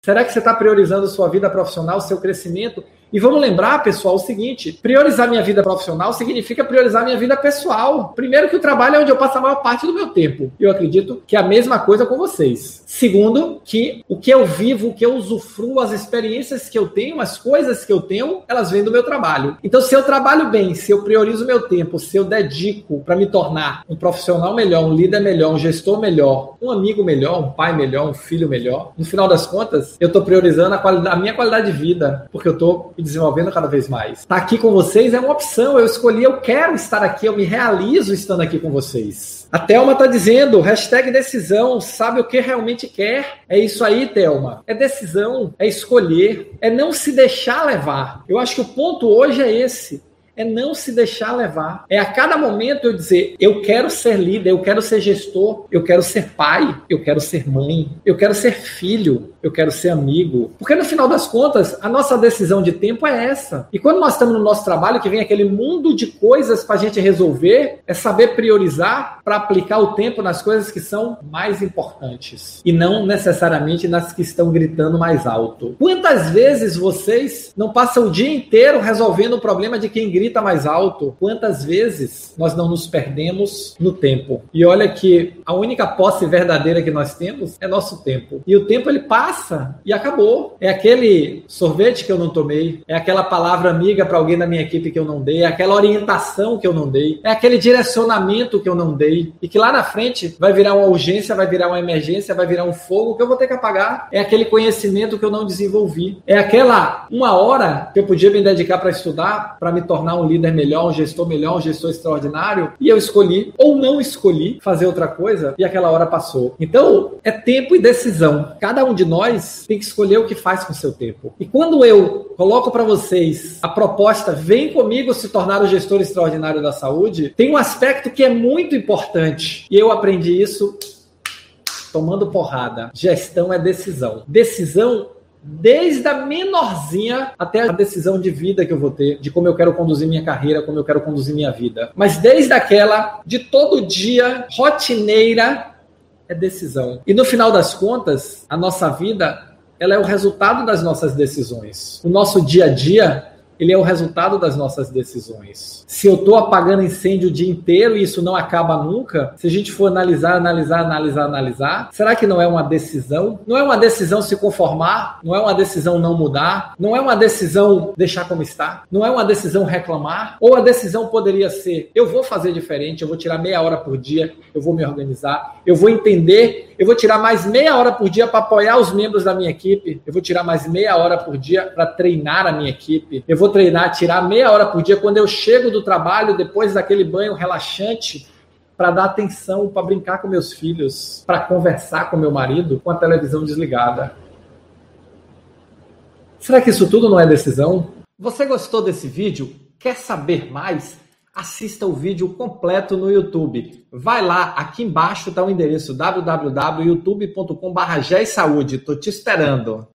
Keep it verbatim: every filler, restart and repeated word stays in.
Será que você está priorizando sua vida profissional, seu crescimento? E vamos lembrar, pessoal, o seguinte, priorizar minha vida profissional significa priorizar minha vida pessoal. Primeiro que o trabalho é onde eu passo a maior parte do meu tempo. Eu acredito que é a mesma coisa com vocês. Segundo, que o que eu vivo, o que eu usufruo, as experiências que eu tenho, as coisas que eu tenho, elas vêm do meu trabalho. Então, se eu trabalho bem, se eu priorizo o meu tempo, se eu dedico para me tornar um profissional melhor, um líder melhor, um gestor melhor, um amigo melhor, um pai melhor, um filho melhor, no final das contas, eu estou priorizando a, qualidade, a minha qualidade de vida, porque eu estou me desenvolvendo cada vez mais. Estar aqui com vocês é uma opção, eu escolhi, eu quero estar aqui, eu me realizo estando aqui com vocês. A Thelma está dizendo, hashtag decisão, sabe o que realmente quer? É isso aí, Thelma. É decisão, é escolher, é não se deixar levar. Eu acho que o ponto hoje é esse. É não se deixar levar. É a cada momento eu dizer, eu quero ser líder, eu quero ser gestor, eu quero ser pai, eu quero ser mãe, eu quero ser filho, eu quero ser amigo. Porque no final das contas, a nossa decisão de tempo é essa. E quando nós estamos no nosso trabalho, que vem aquele mundo de coisas para a gente resolver, é saber priorizar para aplicar o tempo nas coisas que são mais importantes. E não necessariamente nas que estão gritando mais alto. Quantas vezes vocês não passam o dia inteiro resolvendo o problema de quem grita mais alto? Quantas vezes nós não nos perdemos no tempo? E olha que a única posse verdadeira que nós temos é nosso tempo. E o tempo ele passa e acabou. É aquele sorvete que eu não tomei, é aquela palavra amiga para alguém da minha equipe que eu não dei, é aquela orientação que eu não dei, é aquele direcionamento que eu não dei e que lá na frente vai virar uma urgência, vai virar uma emergência, vai virar um fogo que eu vou ter que apagar. É aquele conhecimento que eu não desenvolvi. É aquela uma hora que eu podia me dedicar para estudar, para me tornar um líder melhor, um gestor melhor, um gestor extraordinário, e eu escolhi ou não escolhi fazer outra coisa e aquela hora passou. Então, é tempo e decisão. Cada um de nós tem que escolher o que faz com o seu tempo. E quando eu coloco para vocês a proposta, vem comigo se tornar o gestor extraordinário da saúde, tem um aspecto que é muito importante. E eu aprendi isso tomando porrada. Gestão é decisão. Decisão desde a menorzinha até a decisão de vida que eu vou ter, de como eu quero conduzir minha carreira, como eu quero conduzir minha vida. Mas desde aquela de todo dia, rotineira, é decisão. E no final das contas, a nossa vida, ela é o resultado das nossas decisões. O nosso dia a dia, ele é o resultado das nossas decisões. Se eu estou apagando incêndio o dia inteiro e isso não acaba nunca, se a gente for analisar, analisar, analisar, analisar, será que não é uma decisão? Não é uma decisão se conformar? Não é uma decisão não mudar? Não é uma decisão deixar como está? Não é uma decisão reclamar? Ou a decisão poderia ser, eu vou fazer diferente, eu vou tirar meia hora por dia, eu vou me organizar, eu vou entender, eu vou tirar mais meia hora por dia para apoiar os membros da minha equipe, eu vou tirar mais meia hora por dia para treinar a minha equipe, eu vou treinar, tirar meia hora por dia quando eu chego do trabalho, depois daquele banho relaxante, para dar atenção, para brincar com meus filhos, para conversar com meu marido, com a televisão desligada. Será que isso tudo não é decisão? Você gostou desse vídeo? Quer saber mais? Assista o vídeo completo no YouTube. Vai lá, aqui embaixo está o endereço w w w ponto youtube ponto com barra G E S Saúde. Estou te esperando.